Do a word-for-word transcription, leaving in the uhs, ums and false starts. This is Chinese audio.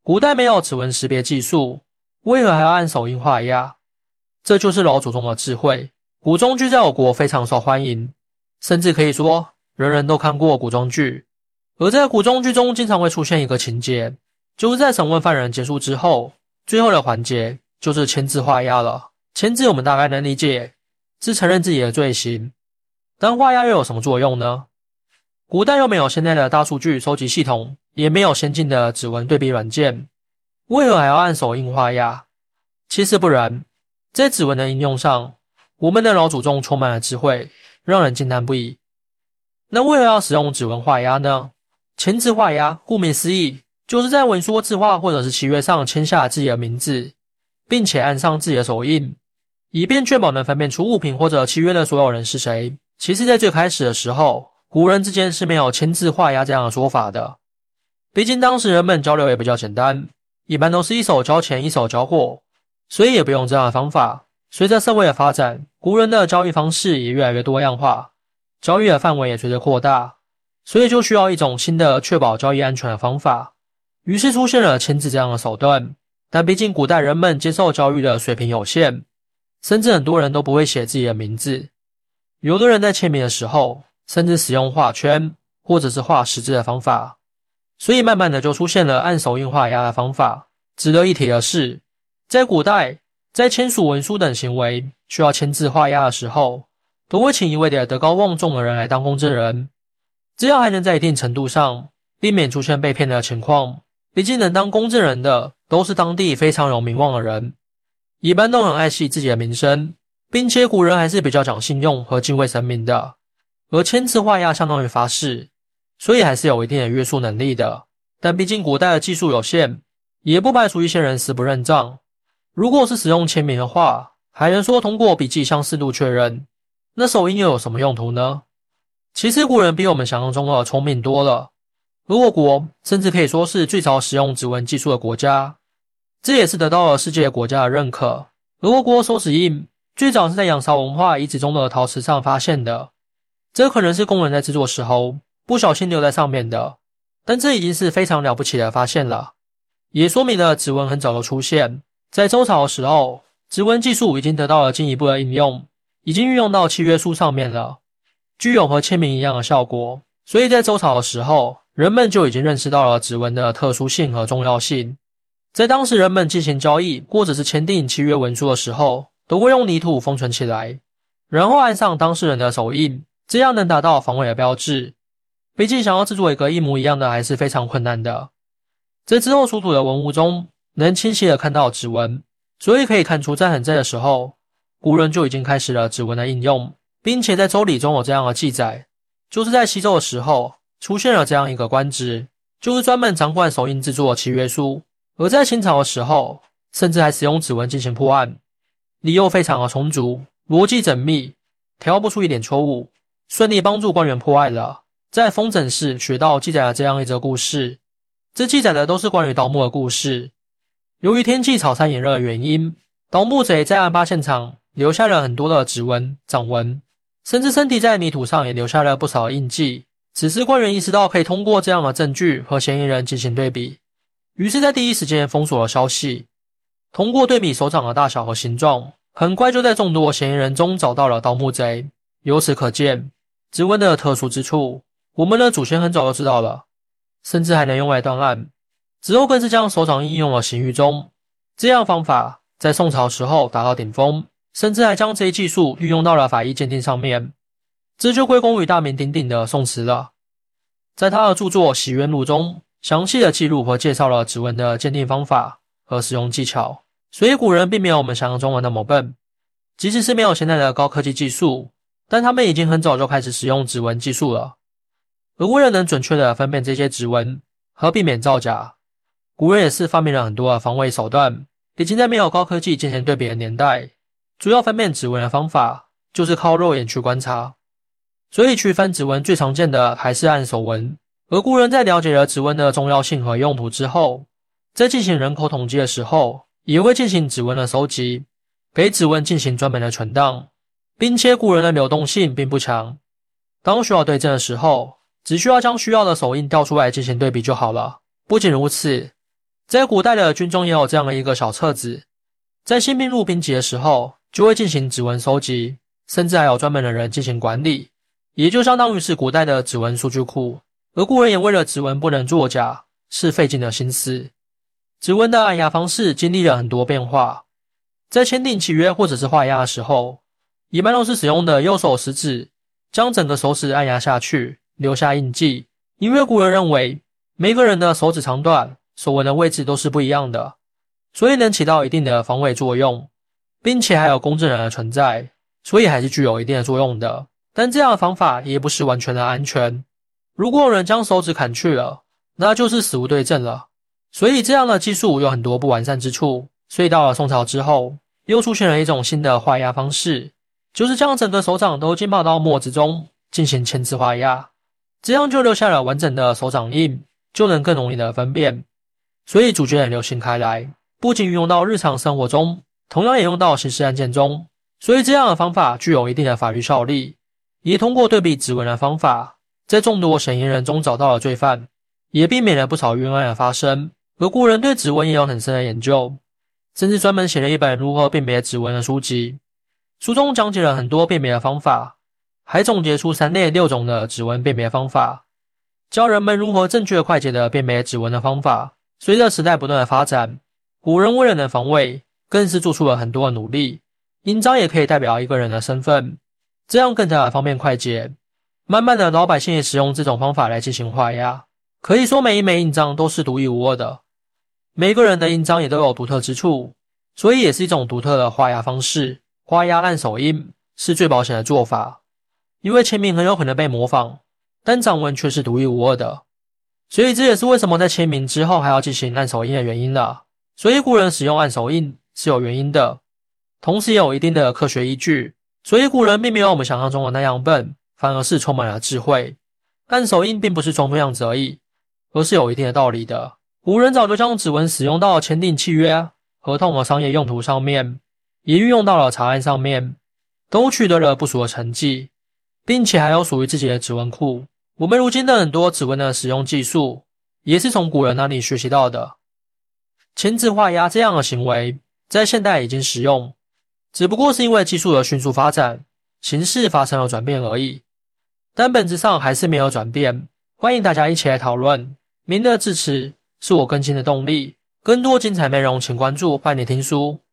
古代没有指纹识别技术，为何还要按手印画押？这就是老祖宗的智慧。古装剧在我国非常受欢迎，甚至可以说人人都看过古装剧。而在古装剧中经常会出现一个情节，就是在审问犯人结束之后，最后的环节就是签字画押了。签字我们大概能理解，是承认自己的罪行。但画押又有什么作用呢？古代又没有现在的大数据收集系统，也没有先进的指纹对比软件，为何还要按手印画押？其实不然，在指纹的应用上，我们的老祖宗充满了智慧，让人惊叹不已。那为何要使用指纹画押呢？签字画押顾名思义，就是在文书字画或者是契约上签下自己的名字，并且按上自己的手印，以便确保能分辨出物品或者契约的所有人是谁。其实在最开始的时候，古人之间是没有签字画押这样的说法的，毕竟当时人们交流也比较简单，一般都是一手交钱一手交货，所以也不用这样的方法。随着社会的发展，古人的交易方式也越来越多样化，交易的范围也随着扩大，所以就需要一种新的确保交易安全的方法，于是出现了签字这样的手段。但毕竟古代人们接受教育的水平有限，甚至很多人都不会写自己的名字，有的人在签名的时候甚至使用画圈或者是画十字的方法，所以慢慢的就出现了按手印画押的方法。值得一提的是，在古代，在签署文书等行为需要签字画押的时候，都会请一位的德高望重的人来当公证人，这样还能在一定程度上避免出现被骗的情况。毕竟能当公证人的都是当地非常有名望的人，一般都很爱惜自己的名声，并且古人还是比较讲信用和敬畏神明的。而签字画押相当于发誓，所以还是有一定的约束能力的。但毕竟古代的技术有限，也不排除一些人死不认账。如果是使用签名的话，还能说通过笔迹相似度确认，那手印又有什么用途呢？其实古人比我们想象中的聪明多了，而我国甚至可以说是最早使用指纹技术的国家，这也是得到了世界国家的认可。而我国手指印最早是在仰韶文化遗址中的陶瓷上发现的，这可能是工人在制作时候不小心留在上面的，但这已经是非常了不起的发现了，也说明了指纹很早就出现。在周朝的时候，指纹技术已经得到了进一步的应用，已经运用到契约书上面了，具有和签名一样的效果。所以在周朝的时候，人们就已经认识到了指纹的特殊性和重要性。在当时人们进行交易或者是签订契约文书的时候，都会用泥土封存起来，然后按上当事人的手印，这样能达到防伪的标志。毕竟想要制作一个一模一样的还是非常困难的。在之后出土的文物中能清晰的看到指纹，所以可以看出在很在的时候，古人就已经开始了指纹的应用，并且在周礼中有这样的记载，就是在西周的时候出现了这样一个官职，就是专门掌管手印制作契约书。而在清朝的时候，甚至还使用指纹进行破案，理由非常的充足，逻辑缜密，挑不出一点错误，顺利帮助官员破案了。在封诊室学到记载了这样一则故事，这记载的都是关于盗墓的故事。由于天气草山炎热的原因，盗墓贼在案发现场留下了很多的指纹、掌纹，甚至身体在泥土上也留下了不少的印记。此时官员意识到可以通过这样的证据和嫌疑人进行对比，于是在第一时间封锁了消息。通过对比手掌的大小和形状，很快就在众多嫌疑人中找到了盗墓贼。由此可见，指纹的特殊之处，我们的祖先很早就知道了，甚至还能用来断案。之后更是将手掌应用了刑狱中，这样方法在宋朝时候达到顶峰，甚至还将这一技术运用到了法医鉴定上面。这就归功于大名鼎鼎的宋慈了。在他的著作《洗冤录》中，详细的记录和介绍了指纹的鉴定方法和使用技巧，所以古人并没有我们想象中的那么笨。即使是没有现在的高科技技术，但他们已经很早就开始使用指纹技术了。而为了能准确的分辨这些指纹和避免造假，古人也是发明了很多的防伪手段。毕竟在没有高科技进行对比的年代，主要分辨指纹的方法就是靠肉眼去观察，所以区分指纹最常见的还是按手纹。而古人在了解了指纹的重要性和用途之后，在进行人口统计的时候，也会进行指纹的收集，给指纹进行专门的存档，并且古人的流动性并不强，当需要对证的时候，只需要将需要的手印调出来进行对比就好了。不仅如此， 在古代的军中也有这样的一个小册子，在新兵入兵籍的时候，就会进行指纹收集，甚至还有专门的人进行管理，也就相当于是古代的指纹数据库。而古人也为了指纹不能作假，是费尽了心思。指纹的按压方式经历了很多变化，在签订契约或者是画押的时候，一般都是使用的右手食指将整个手指按压下去，留下印记。因为古人认为每个人的手指长短、手纹的位置都是不一样的，所以能起到一定的防伪作用，并且还有公证人的存在，所以还是具有一定的作用的。但这样的方法也不是完全的安全，如果有人将手指砍去了，那就是死无对证了。所以这样的技术有很多不完善之处，所以到了宋朝之后，又出现了一种新的画押方式，就是将整个手掌都浸泡到墨汁中进行签字画押，这样就留下了完整的手掌印，就能更容易的分辨。所以逐渐流行开来，不仅运用到日常生活中，同样也用到刑事案件中，所以这样的方法具有一定的法律效力。也通过对比指纹的方法，在众多嫌疑人中找到了罪犯，也避免了不少冤案的发生。而古人对指纹也有很深的研究，甚至专门写了一本如何辨别指纹的书籍，书中讲解了很多辨别的方法，还总结出三类六种的指纹辨别方法，教人们如何正确快捷的辨别指纹的方法。随着时代不断的发展，古人为了能防伪，更是做出了很多的努力。印章也可以代表一个人的身份，这样更加的方便快捷。慢慢的，老百姓也使用这种方法来进行画押，可以说每一枚印章都是独一无二的，每个人的印章也都有独特之处，所以也是一种独特的画押方式。画押按手印是最保险的做法，因为签名很有可能被模仿，但掌纹却是独一无二的，所以这也是为什么在签名之后还要进行按手印的原因了。所以古人使用按手印是有原因的，同时也有一定的科学依据，所以古人并没有我们想象中的那样笨，反而是充满了智慧。按手印并不是装作样子而已，而是有一定的道理的。古人早就将指纹使用到签订契约、合同和商业用途上面，也运用到了查案上面，都取得了不俗的成绩，并且还有属于自己的指纹库。我们如今的很多指纹的使用技术，也是从古人那里学习到的。签字画押这样的行为，在现代已经使用，只不过是因为技术的迅速发展，形式发生了转变而已，但本质上还是没有转变。欢迎大家一起来讨论，您的支持是我更新的动力。更多精彩内容请关注伴你听书。